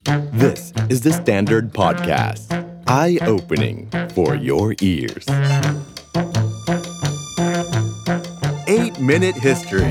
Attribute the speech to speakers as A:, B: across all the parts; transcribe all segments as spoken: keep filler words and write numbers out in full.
A: This is the Standard Podcast. Eye-opening for your ears. eight minute History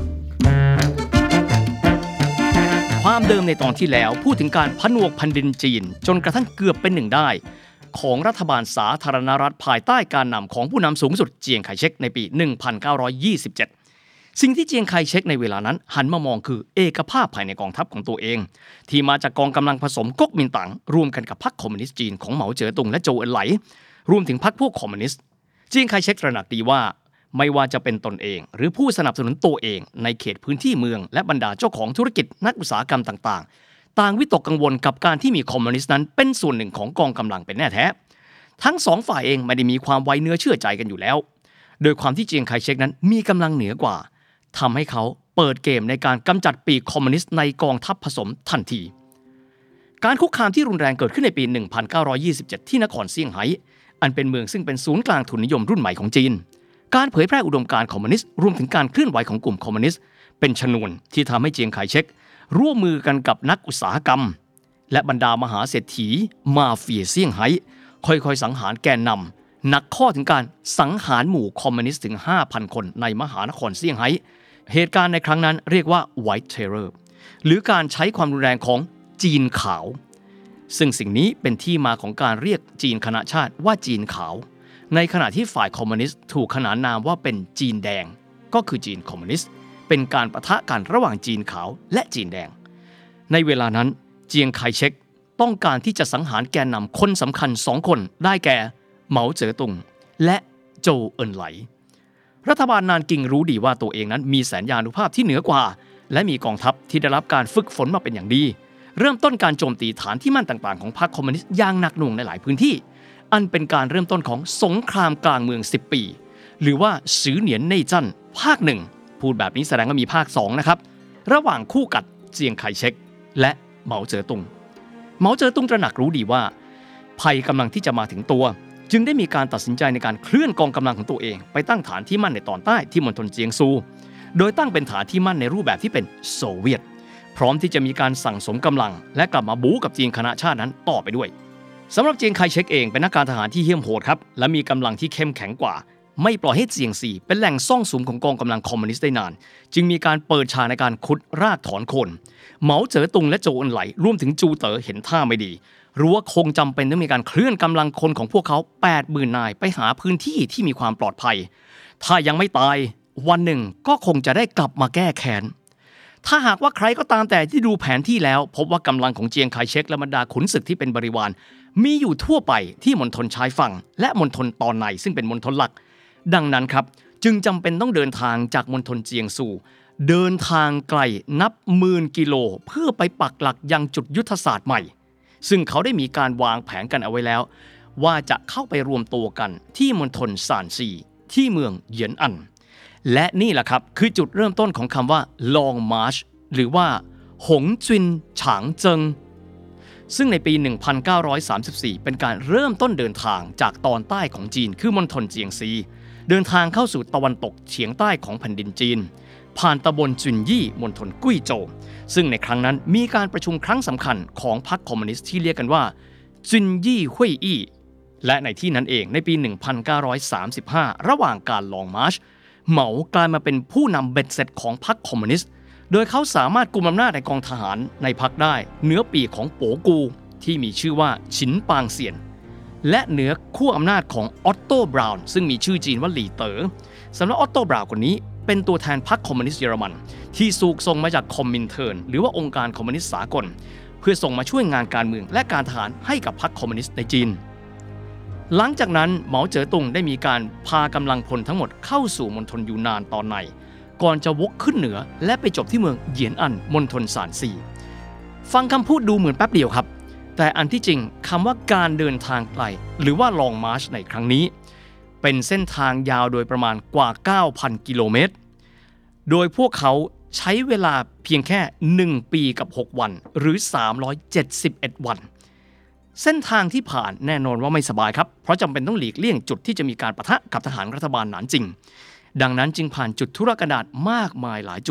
B: ความเดิมในตอนที่แล้วพูดถึงการผนวกแผ่นดินจีนจนกระทั่งเกือบเป็นหนึ่งได้ของรัฐบาลสาธารณรัฐภายใต้การนำของผู้นำสูงสุดเจียงไคเชกในปี หนึ่งพันเก้าร้อยยี่สิบเจ็ด สิ่งที่เจียงไคเชกในเวลานั้นหันมามองคือเอกภาพภายในกองทัพของตัวเองที่มาจากกองกำลังผสมก๊กมินตั๋งรวมกันกับพรรคคอมมิวนิสต์จีนของเหมาเจ๋อตุงและโจวเอินไหลรวมถึงพรรคพวกคอมมิวนิสต์เจียงไคเชกตระหนักดีว่าไม่ว่าจะเป็นตนเองหรือผู้สนับสนุนตัวเองในเขตพื้นที่เมืองและบรรดาเจ้าของธุรกิจนักอุตสาหกรรมต่างๆต่างวิตกกังวลกับการที่มีคอมมิวนิสต์นั้นเป็นส่วนหนึ่งของกองกำลังเป็นแน่แท้ทั้งสองฝ่ายเองไม่ได้มีความไว้เนื้อเชื่อใจกันอยู่แล้วโดยความที่เจียงไคเชกนั้นมีกำลังเหนือกว่าทำให้เขาเปิดเกมในการกำจัดปีกคอมมิวนิสต์ในกองทัพผสมทันทีการคุกคามที่รุนแรงเกิดขึ้นในปี หนึ่งพันเก้าร้อยยี่สิบเจ็ด ที่นครเซี่ยงไฮ้อันเป็นเมืองซึ่งเป็นศูนย์กลางทุนนิยมรุ่นใหม่ของจีนการเผยแพร่อุดมการณ์คอมมิวนิสต์รวมถึงการเคลื่อนไหวของกลุ่มคอมมิวนิสต์เป็นชนวนที่ทำให้เจียงไคเชกร่วมมือกันกับนักอุตสาหกรรมและบรรดามหาเศรษฐีมาเฟียเซี่ยงไฮ้ค่อยๆสังหารแกนนำหนักข้อถึงการสังหารหมู่คอมมิวนิสต์ถึง ห้าพัน คนในมหานครเซี่ยงไฮ้เหตุการณ์ในครั้งนั้นเรียกว่า White Terror หรือการใช้ความรุนแรงของจีนขาวซึ่งสิ่งนี้เป็นที่มาของการเรียกจีนคณะชาติว่าจีนขาวในขณะที่ฝ่ายคอมมิวนิสต์ถูกขนานนามว่าเป็นจีนแดงก็คือจีนคอมมิวนิสต์เป็นการปะทะกันระหว่างจีนขาวและจีนแดงในเวลานั้นเจียงไคเชกต้องการที่จะสังหารแกนนำคนสำคัญสองคนได้แก่เหมาเจ๋อตุงและโจวเอินไหลรัฐบาลนานกิงรู้ดีว่าตัวเองนั้นมีแสนยานุภาพที่เหนือกว่าและมีกองทัพที่ได้รับการฝึกฝนมาเป็นอย่างดีเริ่มต้นการโจมตีฐานที่มั่นต่างๆของพรรคคอมมิวนิสต์อย่างหนักหน่วงในหลายพื้นที่อันเป็นการเริ่มต้นของสงครามกลางเมืองสิบปีหรือว่าซือเหนียนเน่ยจั่นภาคหนึ่งพูดแบบนี้แสดงว่ามีภาคสองนะครับระหว่างคู่กัดเจียงไคเชกและเหมาเจ๋อตุงเหมาเจ๋อตุงตระหนักรู้ดีว่าภัยกำลังที่จะมาถึงตัวจึงได้มีการตัดสินใจในการเคลื่อนกองกำลังของตัวเองไปตั้งฐานที่มั่นในตอนใต้ที่มณฑลเจียงซูโดยตั้งเป็นฐานที่มั่นในรูปแบบที่เป็นโซเวียตพร้อมที่จะมีการสั่งสมกำลังและกลับมาบู๊กับจีนคณะชาตินั้นต่อไปด้วยสำหรับเจียงไคเชกเองเป็นนักการทหารที่เหี้ยมโหดครับและมีกำลังที่เข้มแข็งกว่าไม่ปล่อยให้เจียงซีเป็นแหล่งซ่องสุมของกองกำลังคอมมิวนิสต์ได้นานจึงมีการเปิดฉากในการขุดรากถอนโคนเหมาเจ๋อตุงและโจวเอินไหลรวมถึงจูเต๋อเห็นท่าไม่ดีรู้ว่าคงจำเป็นต้องมีการเคลื่อนกำลังคนของพวกเขา แปดหมื่น นายไปหาพื้นที่ที่มีความปลอดภัยถ้ายังไม่ตายวันหนึ่งก็คงจะได้กลับมาแก้แค้นถ้าหากว่าใครก็ตามแต่ที่ดูแผนที่แล้วพบว่ากำลังของเจียงไคเชกและบรรดาขุนศึกที่เป็นบริวารมีอยู่ทั่วไปที่มณฑลชายฝั่งและมณฑลตอนในซึ่งเป็นมณฑลหลักดังนั้นครับจึงจำเป็นต้องเดินทางจากมณฑลเจียงซูเดินทางไกลนับหมื่นกิโลเพื่อไปปักหลักยังจุดยุทธศาสตร์ใหม่ซึ่งเขาได้มีการวางแผนกันเอาไว้แล้วว่าจะเข้าไปรวมตัวกันที่มณฑลซานซีที่เมืองเหยียนอันและนี่แหละครับคือจุดเริ่มต้นของคำว่า Long March หรือว่าหงจุนฉางเจิงซึ่งในปี หนึ่งพันเก้าร้อยสามสิบสี่ เป็นการเริ่มต้นเดินทางจากตอนใต้ของจีนคือมณฑลเจียงซีเดินทางเข้าสู่ตะวันตกเฉียงใต้ของแผ่นดินจีนผ่านตำบลจุนยี่มณฑลกุ้ยโจวซึ่งในครั้งนั้นมีการประชุมครั้งสำคัญของพรรคคอมมิวนิสต์ที่เรียกกันว่าจุนยี่หุยอี้และในที่นั้นเองในปี หนึ่งพันเก้าร้อยสามสิบห้า ระหว่างการลองมาร์ชเหมากลายมาเป็นผู้นำเบ็ดเสร็จของพรรคคอมมิวนิสต์โดยเขาสามารถกุมอำนาจในกองทหารในพรรคได้เหนือปีกของโป๋กูที่มีชื่อว่าฉินปางเซียนและเหนือขั้วอำนาจของออตโตบราวน์ซึ่งมีชื่อจีนว่าหลี่เต๋อสำหรับออตโตบราวน์คนนี้เป็นตัวแทนพรรคคอมมิวนิสต์เยอรมันที่สูกส่งมาจากคอมมินเทิร์นหรือว่าองค์การคอมมิวนิสต์สากลเพื่อส่งมาช่วยงานการเมืองและการทหารให้กับพรรคคอมมิวนิสต์ในจีนหลังจากนั้นเหมาเจ๋อตุงได้มีการพากำลังพลทั้งหมดเข้าสู่มณฑลยูนานตอนในก่อนจะวกขึ้นเหนือและไปจบที่เมืองเหยียนอันมณฑลซานซีฟังคำพูดดูเหมือนแป๊บเดียวครับแต่อันที่จริงคำว่าการเดินทางไกลหรือว่า Long March ในครั้งนี้เป็นเส้นทางยาวโดยประมาณกว่า เก้าพัน กิโลเมตรโดยพวกเขาใช้เวลาเพียงแค่หนึ่งปีกับหกวันหรือสามร้อยเจ็ดสิบเอ็ดวันเส้นทางที่ผ่านแน่นอนว่าไม่สบายครับเพราะจำเป็นต้องหลีกเลี่ยงจุดที่จะมีการปะทะกับทหารรัฐบาลหนานจิงดังนั้นจึงผ่านจุดทุรกันดารมากมายหลายจุด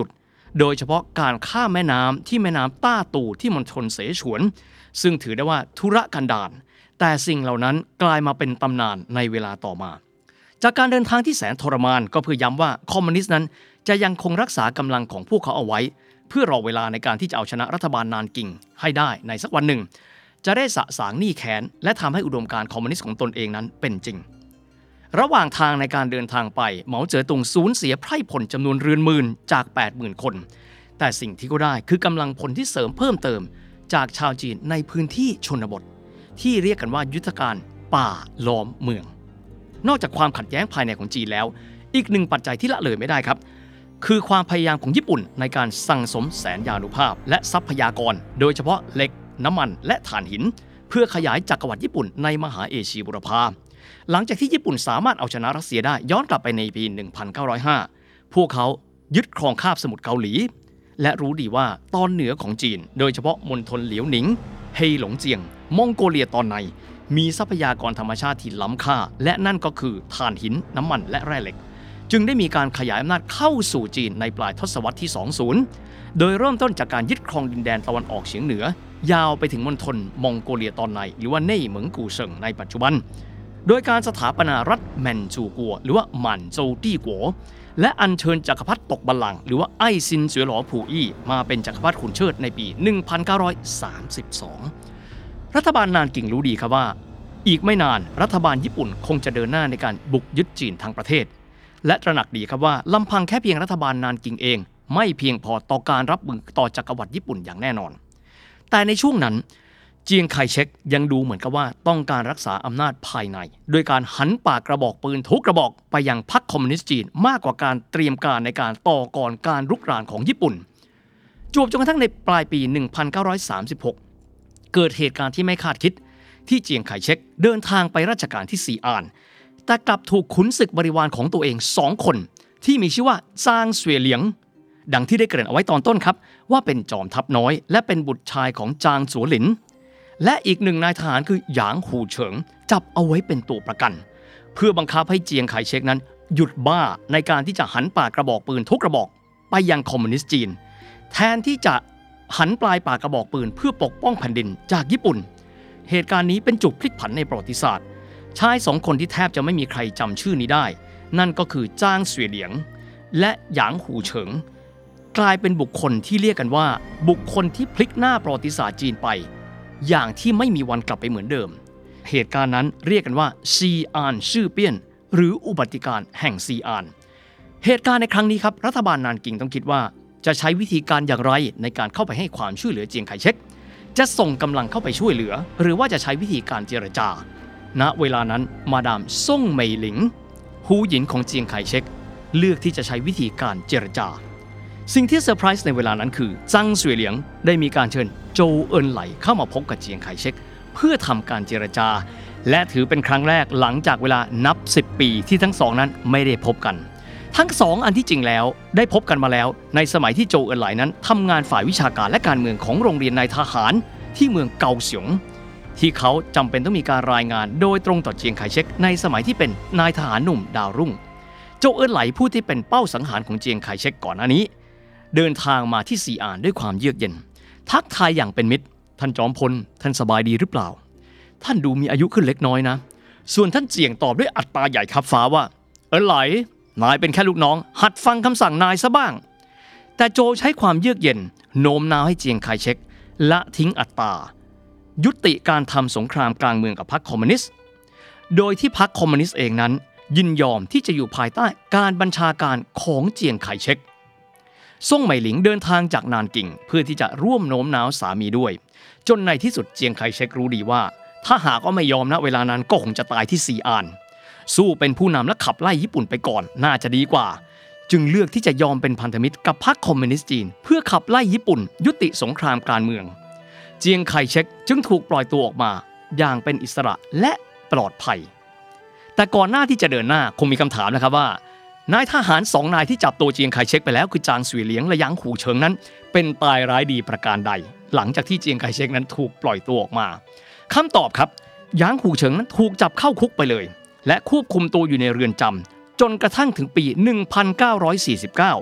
B: โดยเฉพาะการข้ามแม่น้ำที่แม่น้ำต้าตูที่มณฑลเสฉวนซึ่งถือได้ว่าทุรกันดารแต่สิ่งเหล่านั้นกลายมาเป็นตำนานในเวลาต่อมาจากการเดินทางที่แสนทรมานก็เพื่อย้ำว่าคอมมิวนิสต์นั้นจะยังคงรักษากำลังของพวกเขาเอาไว้เพื่อรอเวลาในการที่จะเอาชนะรัฐบาลนานกิงให้ได้ในสักวันหนึ่งจะได้สะสางหนี้แค้นและทำให้อุดมการณ์คอมมิวนิสต์ของตนเองนั้นเป็นจริงระหว่างทางในการเดินทางไปเหมาเจ๋อตุงสูญเสียไพร่พลจำนวนเรือนหมื่นจาก แปดหมื่น คนแต่สิ่งที่เขาได้คือกำลังพลที่เสริมเพิ่มเติมจากชาวจีนในพื้นที่ชนบทที่เรียกกันว่ายุทธการป่าล้อมเมืองนอกจากความขัดแย้งภายในของจีนแล้วอีกหนึ่งปัจจัยที่ละเลยไม่ได้ครับคือความพยายามของญี่ปุ่นในการสั่งสมแสนยานุภาพและทรัพยากรโดยเฉพาะเหล็กน้ำมันและถ่านหินเพื่อขยายจักรวรรดิญี่ปุ่นในมหาเอเชียบุรพาหลังจากที่ญี่ปุ่นสามารถเอาชนะรัสเซียได้ย้อนกลับไปในปี หนึ่งพันเก้าร้อยห้า พวกเขายึดครองคาบสมุทรเกาหลีและรู้ดีว่าตอนเหนือของจีนโดยเฉพาะมณฑลเหลียวหนิงเฮหลงเจียงมองโกเลียตอนในมีทรัพยากรธรรมชาติที่ล้ำค่าและนั่นก็คือถ่านหินน้ำมันและแร่เหล็กจึงได้มีการขยายอำนาจเข้าสู่จีนในปลายทศวรรษที่ สองสิบ โดยเริ่มต้นจากการยึดครองดินแดนตะวันออกเฉียงเหนือยาวไปถึงมณฑลมองโกเลียตอนในหรือว่าเน่เหมิงกูเซิงในปัจจุบันโดยการสถาปนารัฐแมนจูกัวหรือว่าหมั่นโจวตี้กัวและอัญเชิญจักรพรรดิตกบัลลังก์หรือว่าไอ้ซินเจ๋อหลอผู่อี้มาเป็นจักรพรรดิขุนเชิดในปี หนึ่งพันเก้าร้อยสามสิบสอง รัฐบาลนานกิงรู้ดีครับว่าอีกไม่นานรัฐบาลญี่ปุ่นคงจะเดินหน้าในการบุกยึดจีนทั้งประเทศและตระหนักดีครับว่าลำพังแค่เพียงรัฐบาลนานกิงเองไม่เพียงพอต่อการรับมือต่อจักรวรรดิญี่ปุ่นอย่างแน่นอนแต่ในช่วงนั้นเจียงไคเชกยังดูเหมือนกับว่าต้องการรักษาอำนาจภายในโดยการหันปากกระบอกปืนทุกกระบอกไปยังพรรคคอมมิวนิสต์จีนมากกว่าการเตรียมการในการต่อกรการรุกรานของญี่ปุ่นจวบจนกระทั่งในปลายปี หนึ่งพันเก้าร้อยสามสิบหก เกิดเหตุการณ์ที่ไม่คาดคิดที่เจียงไคเชกเดินทางไปราชการที่ซีอานแต่กลับถูกขุนศึกบริวารของตัวเองสองคนที่มีชื่อว่าจางเสวียเหลียงดังที่ได้เกริ่นเอาไว้ตอนต้นครับว่าเป็นจอมทัพน้อยและเป็นบุตรชายของจางสัวหลินและอีกหนึ่งนายทหารคือหยางหูเฉิงจับเอาไว้เป็นตัวประกันเพื่อบังคับให้เจียงไคเชกนั้นหยุดบ้าในการที่จะหันปากกระบอกปืนทุกกระบอกไปยังคอมมิวนิสต์จีนแทนที่จะหันปลายปากกระบอกปืนเพื่อปกป้องแผ่นดินจากญี่ปุ่นเหตุการณ์นี้เป็นจุดพลิกผันในประวัติศาสตร์ชายสองคนที่แทบจะไม่มีใครจำชื่อนี้ได้นั่นก็คือจางเสวียเหลียงและหยางหูเฉิงกลายเป็นบุคคลที่เรียกกันว่าบุคคลที่พลิกหน้าประวัติศาสตร์จีนไปอย่างที่ไม่มีวันกลับไปเหมือนเดิมเหตุการณ์นั้นเรียกกันว่าซีอานชื่อเปี้ยนหรืออุบัติการณ์แห่งซีอานเหตุการณ์ในครั้งนี้ครับรัฐบาลนานกิงต้องคิดว่าจะใช้วิธีการอย่างไรในการเข้าไปให้ความช่วยเหลือเจียงไคเชกจะส่งกำลังเข้าไปช่วยเหลือหรือว่าจะใช้วิธีการเจรจาณเวลานั้นมาดามซ่งเหมยหลิงฮูหยินของเจียงไคเชกเลือกที่จะใช้วิธีการเจรจาสิ่งที่เซอร์ไพรส์ในเวลานั้นคือจางเสวียเหลียงได้มีการเชิญโจวเอินไหลเข้ามาพบกับเจียงไคเชกเพื่อทำการเจรจาและถือเป็นครั้งแรกหลังจากเวลานับสิบปีที่ทั้งสองนั้นไม่ได้พบกันทั้งสองอันที่จริงแล้วได้พบกันมาแล้วในสมัยที่โจวเอินไหลนั้นทำงานฝ่ายวิชาการและการเมืองของโรงเรียนนายทหารที่เมืองเกาเสียงที่เขาจำเป็นต้องมีการรายงานโดยตรงต่อเจียงไคเชกในสมัยที่เป็นนายทหารหนุ่มดาวรุ่งโจวเอินไหลผู้ที่เป็นเป้าสังหารของเจียงไคเชกก่อนหน้านี้เดินทางมาที่ซีอานด้วยความเยือกเย็นทักทายอย่างเป็นมิตรท่านจอมพลท่านสบายดีหรือเปล่าท่านดูมีอายุขึ้นเล็กน้อยนะส่วนท่านเจียงตอบด้วยอัตราใหญ่คับฟ้าว่าเอินไหลนายเป็นแค่ลูกน้องหัดฟังคำสั่งนายซะบ้างแต่โจใช้ความเยือกเย็นโน้มน้าวให้เจียงไคเชกละทิ้งอัตรายุติการทำสงครามกลางเมืองกับพรรคคอมมิวนิสต์โดยที่พรรคคอมมิวนิสต์เองนั้นยินยอมที่จะอยู่ภายใต้การบัญชาการของเจียงไคเชกซ่งเหมยหลิงเดินทางจากนานกิงเพื่อที่จะร่วมโน้มน้าวสามีด้วยจนในที่สุดเจียงไคเชกรู้ดีว่าถ้าหากว่าไม่ยอมนะเวลานั้นก็คงจะตายที่ซีอานสู้เป็นผู้นำและขับไล่ญี่ปุ่นไปก่อนน่าจะดีกว่าจึงเลือกที่จะยอมเป็นพันธมิตรกับพรรคคอมมิวนิสต์จีนเพื่อขับไล่ญี่ปุ่นยุติสงครามการเมืองเจียงไคเชกจึงถูกปล่อยตัวออกมาอย่างเป็นอิสระและปลอดภัยแต่ก่อนหน้าที่จะเดินหน้าคงมีคำถามนะครับว่านายทหารสองนายที่จับตัวเจียงไคเชกไปแล้วคือจางเสวียเหลียงและหยางหูเฉิงนั้นเป็นตายร้ายดีประการใดหลังจากที่เจียงไคเชกนั้นถูกปล่อยตัวออกมาคำตอบครับหยางหูเฉิงนั้นถูกจับเข้าคุกไปเลยและควบคุมตัวอยู่ในเรือนจำจนกระทั่งถึงปี หนึ่งพันเก้าร้อยสี่สิบเก้า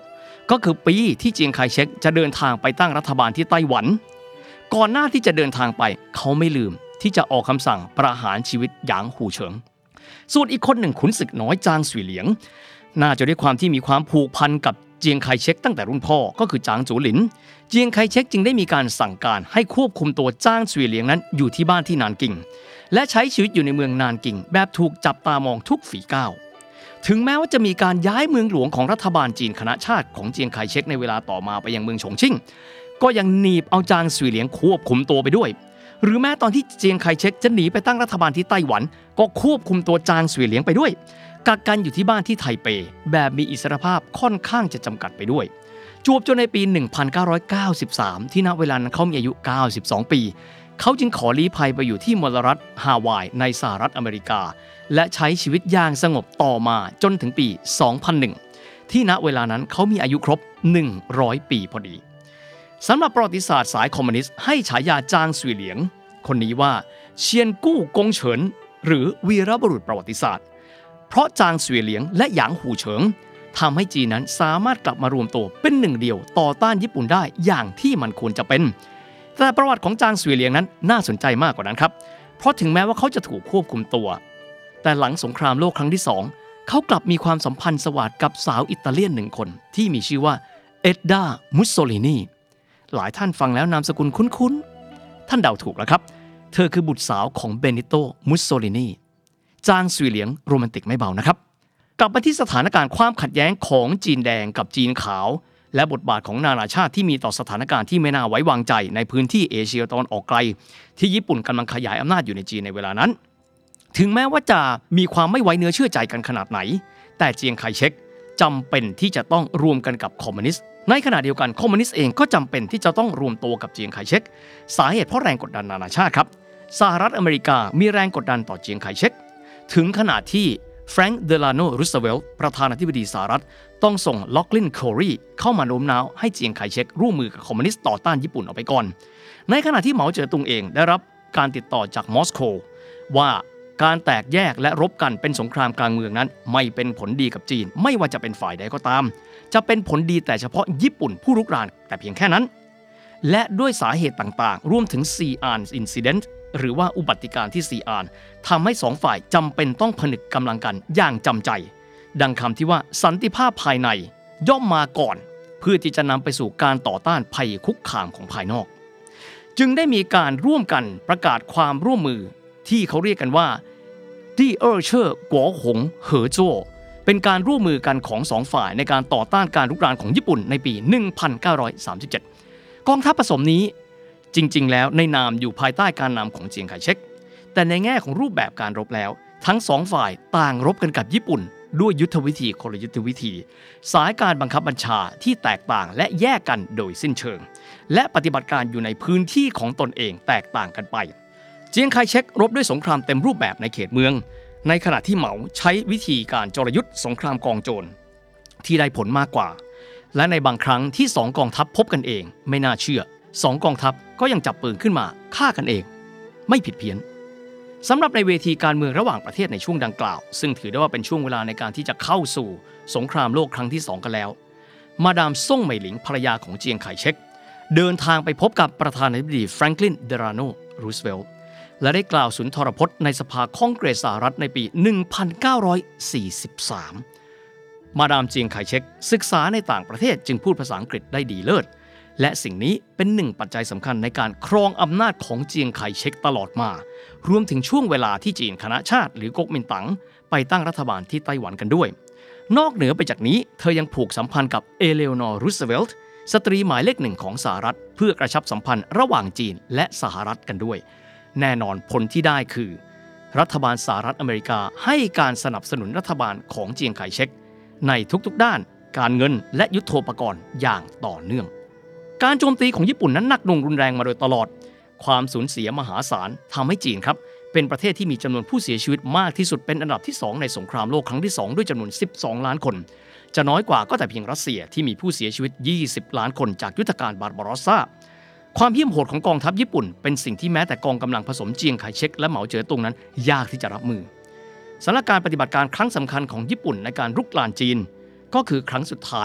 B: ก็คือปีที่เจียงไคเชกจะเดินทางไปตั้งรัฐบาลที่ไต้หวันก่อนหน้าที่จะเดินทางไปเขาไม่ลืมที่จะออกคำสั่งประหารชีวิตหยางหูเฉิงส่วนอีกคนหนึ่งขุนศึกน้อยจางสุยเหลียงน่าจะด้วยความที่มีความผูกพันกับเจียงไคเชกตั้งแต่รุ่นพ่อก็คือจางจูหลินเจียงไคเชกจึงได้มีการสั่งการให้ควบคุมตัวจางสุยเหลียงนั้นอยู่ที่บ้านที่นานกิงและใช้ชีวิตอยู่ในเมืองนานกิงแบบถูกจับตามองทุกฝีก้าวถึงแม้ว่าจะมีการย้ายเมืองหลวงของรัฐบาลจีนคณะชาติของเจียงไคเชกในเวลาต่อมาไปยังเมืองฉงชิ่งก็ยังหนีบเอาจางสุยเหลียงควบคุมตัวไปด้วยหรือแม้ตอนที่เจียงไคเชกจะหนีไปตั้งรัฐบาลที่ไต้หวันก็ควบคุมตัวจางสุยเหลียงไปด้วยกักกันอยู่ที่บ้านที่ไทเปแบบมีอิสรภาพค่อนข้างจะจำกัดไปด้วยจวบจนในปีหนึ่งพันเก้าร้อยเก้าสิบสามที่ณเวลานั้นเขามีอายุเก้าสิบสองปีเขาจึงขอลี้ภัยไปอยู่ที่มลรัฐฮาวายในสหรัฐอเมริกาและใช้ชีวิตอย่างสงบต่อมาจนถึงปีสองพันหนึ่งที่ณเวลานั้นเขามีอายุครบหนึ่งร้อยปีพอดีสำหรับประวัติศาสตร์สายคอมมิวนิสต์ให้ฉายาจางสุยเหลียงคนนี้ว่าเชียนกู้กงเฉินหรือวีรบุรุษประวัติศาสตร์เพราะจางสุยเหลียงและหยางหูเฉิงทำให้จีนนั้นสามารถกลับมารวมตัวเป็นหนึ่งเดียวต่อต้านญี่ปุ่นได้อย่างที่มันควรจะเป็นแต่ประวัติของจางสุยเหลียงนั้นน่าสนใจมากกว่านั้นครับเพราะถึงแม้ว่าเขาจะถูกควบคุมตัวแต่หลังสงครามโลกครั้งที่สองเขากลับมีความสัมพันธ์สวัสดิ์กับสาวอิตาเลียนหนึ่งคนที่มีชื่อว่าเอ็ดดามุสโซลินีหลายท่านฟังแล้วนามสกุลคุ้นๆท่านเดาถูกแล้วครับเธอคือบุตรสาวของเบนิโตมุสโซลินีจางสุยเหลียงโรแมนติกไม่เบานะครับกลับมาที่สถานการณ์ความขัดแย้งของจีนแดงกับจีนขาวและบทบาทของนานาชาติที่มีต่อสถานการณ์ที่ไม่น่าไว้วางใจในพื้นที่เอเชียตะวันออกไกลที่ญี่ปุ่นกำลังขยายอำนาจอยู่ในจีนในเวลานั้นถึงแม้ว่าจะมีความไม่ไว้เนื้อเชื่อใจกันขนาดไหนแต่เจียงไคเชกจำเป็นที่จะต้องรวมกันกับคอมมิวนิสต์ในขณะเดียวกันคอมมิวนิสต์เองก็จำเป็นที่จะต้องรวมตัวกับเจียงไคเชกสาเหตุเพราะแรงกดดันนานาชาติครับสหรัฐอเมริกามีแรงกดดันต่อเจียงไคเชกถึงขนาดที่แฟรงค์เดลาโนรูสเวลต์ประธานาธิบดีสหรัฐต้องส่งล็อกลินโครีเข้ามาโน้มน้าวให้เจียงไคเชกร่วมมือกับคอมมิวนิสต์ต่อต้านญี่ปุ่นออกไปก่อนในขณะที่เหมาเจ๋อตุงเองได้รับการติดต่อจากมอสโกว่าการแตกแยกและรบกันเป็นสงครามกลางเมืองนั้นไม่เป็นผลดีกับจีนไม่ว่าจะเป็นฝ่ายใดก็ตามจะเป็นผลดีแต่เฉพาะญี่ปุ่นผู้รุกรานแต่เพียงแค่นั้นและด้วยสาเหตุต่างๆรวมถึงซีอานอินซิเดนต์หรือว่าอุบัติการที่ซีอานทำให้สองฝ่ายจำเป็นต้องผนึกกำลังกันอย่างจำใจดังคำที่ว่าสันติภาพภายในย่อมมาก่อนเพื่อที่จะนำไปสู่การต่อต้านภัยคุกคามของภายนอกจึงได้มีการร่วมกันประกาศความร่วมมือที่เขาเรียกกันว่าที่เออเชอร์กัวหงเหอโจ้เป็นการร่วมมือกันของสองฝ่ายในการต่อต้านการรุกรานของญี่ปุ่นในปีหนึ่งพันเก้าร้อยสามสิบเจ็ดกองทัพผสมนี้จริงๆแล้วในนามอยู่ภายใต้การนำของเจียงไคเชกแต่ในแง่ของรูปแบบการรบแล้วทั้งสองฝ่ายต่างรบกันกับญี่ปุ่นด้วยยุทธวิธีคนละยุทธวิธีสายการบังคับบัญชาที่แตกต่างและแยกกันโดยสิ้นเชิงและปฏิบัติการอยู่ในพื้นที่ของตนเองแตกต่างกันไปเจียงไคเชกรบด้วยสงครามเต็มรูปแบบในเขตเมืองในขณะที่เหมาใช้วิธีการจรยุทธ์สงครามกองโจรที่ได้ผลมากกว่าและในบางครั้งที่สองกองทัพพบกันเองไม่น่าเชื่อสองกองทัพก็ยังจับปืนขึ้นมาฆ่ากันเองไม่ผิดเพี้ยนสำหรับในเวทีการเมืองระหว่างประเทศในช่วงดังกล่าวซึ่งถือได้ว่าเป็นช่วงเวลาในการที่จะเข้าสู่สงครามโลกครั้งที่สองกันแล้วมาดามซ่งเหมยหลิงภรรยาของเจียงไคเชกเดินทางไปพบกับประธานาธิบดีแฟรงคลินเดลาโนรูสเวลต์และได้กล่าวสุนทรพจน์ในสภาคองเกรสสหรัฐในปีหนึ่งพันเก้าร้อยสี่สิบสามมาดามเจียงไคเชกศึกษาในต่างประเทศจึงพูดภาษาอังกฤษได้ดีเลิศและสิ่งนี้เป็นหนึ่งปัจจัยสำคัญในการครองอำนาจของเจียงไคเชกตลอดมารวมถึงช่วงเวลาที่จีนคณะชาติหรือก๊กมินตั๋งไปตั้งรัฐบาลที่ไต้หวันกันด้วยนอกเหนือไปจากนี้เธอยังผูกสัมพันธ์กับเอเลโอนอร์รูสเวลต์สตรีหมายเลขหนึ่งของสหรัฐเพื่อกระชับสัมพันธ์ระหว่างจีนและสหรัฐกันด้วยแน่นอนผลที่ได้คือรัฐบาลสหรัฐอเมริกาให้การสนับสนุนรัฐบาลของเจียงไคเชกในทุกๆด้านการเงินและยุทโธปกรณ์อย่างต่อเนื่องการโจมตีของญี่ปุ่นนั้นหนักหน่วงรุนแรงมาโดยตลอดความสูญเสียมหาศาลทำให้จีนครับเป็นประเทศที่มีจำนวนผู้เสียชีวิตมากที่สุดเป็นอันดับที่สองในสงครามโลกครั้งที่สองด้วยจำนวนสิบสองล้านคนจะน้อยกว่าก็แต่เพียงรัสเซียที่มีผู้เสียชีวิตยี่สิบล้านคนจากยุทธการบาร์บาร็อสซาความเหี้ยมโหดของกองทัพญี่ปุ่นเป็นสิ่งที่แม้แต่กองกำลังผสมเจียงไคเชกและเหมาเจ๋อตุงนั้นยากที่จะรับมือสถานการณ์ปฏิบัติการครั้งสำคัญของญี่ปุ่นในการรุกรานจีนก็คือครั้งสุดท้าย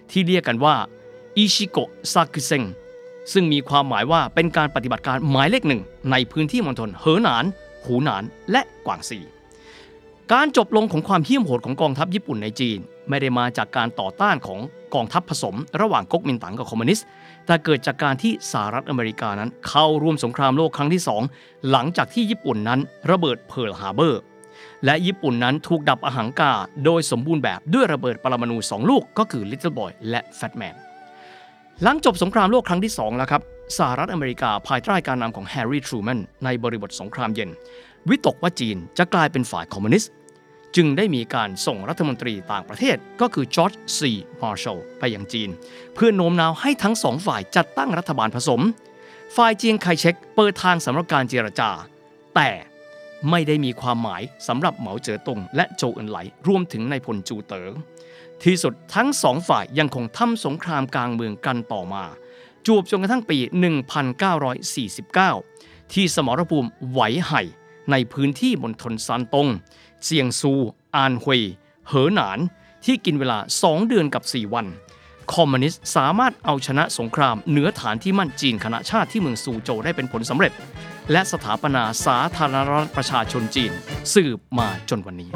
B: ที่เรียกกันว่าอิชิโกะซากุเซ็งซึ่งมีความหมายว่าเป็นการปฏิบัติการหมายเลขหนึ่งในพื้นที่มณฑลเหอหนานหูหนานและกวางซีการจบลงของความเหี้ยมโหดของกองทัพญี่ปุ่นในจีนไม่ได้มาจากการต่อต้านของกองทัพผสมระหว่างก๊กมินตั๋งกับคอมมิวนิสต์แต่เกิดจากการที่สหรัฐอเมริกานั้นเข้าร่วมสงครามโลกครั้งที่สองหลังจากที่ญี่ปุ่นนั้นระเบิดเพิร์ลฮาร์เบอร์และญี่ปุ่นนั้นถูกดับอหังการโดยสมบูรณ์แบบด้วยระเบิดปรมาณูสองลูกก็คือ Little Boy และ Fat Man หลังจบสงครามโลกครั้งที่สองแล้วครับสหรัฐอเมริกาภายใต้การนำของแฮร์รี่ ทรูแมนในบริบทสงครามเย็นวิตกว่าจีนจะกลายเป็นฝ่ายคอมมิวนิสต์จึงได้มีการส่งรัฐมนตรีต่างประเทศก็คือจอร์จ ซี มาร์ชัลไปยังจีนเพื่อโน้มน้าวให้ทั้งสองฝ่ายจัดตั้งรัฐบาลผสมฝ่ายเจียงไคเชกเปิดทางสำหรับการเจรจาแต่ไม่ได้มีความหมายสำหรับเหมาเจ๋อตงและโจวเอินไหลรวมถึงนายพลจูเต๋อที่สุดทั้งสองฝ่ายยังคงทำสงครามกลางเมืองกันต่อมาจวบจนกระทั่งปี หนึ่งพันเก้าร้อยสี่สิบเก้า ที่สมรภูมิไหวไห่ในพื้นที่มณฑลซานตงเจียงซูอานฮุยเหอหนานที่กินเวลาสองเดือนกับสี่วันคอมมิวนิสต์สามารถเอาชนะสงครามเหนือฐานที่มั่นจีนคณะชาติที่เมืองซูโจวได้เป็นผลสำเร็จและสถาปนาสาธารณรัฐประชาชนจีนสืบมาจนวันนี้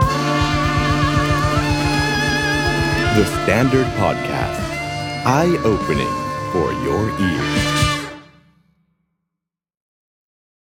A: The Standard Podcast Eye Opening for Your Ears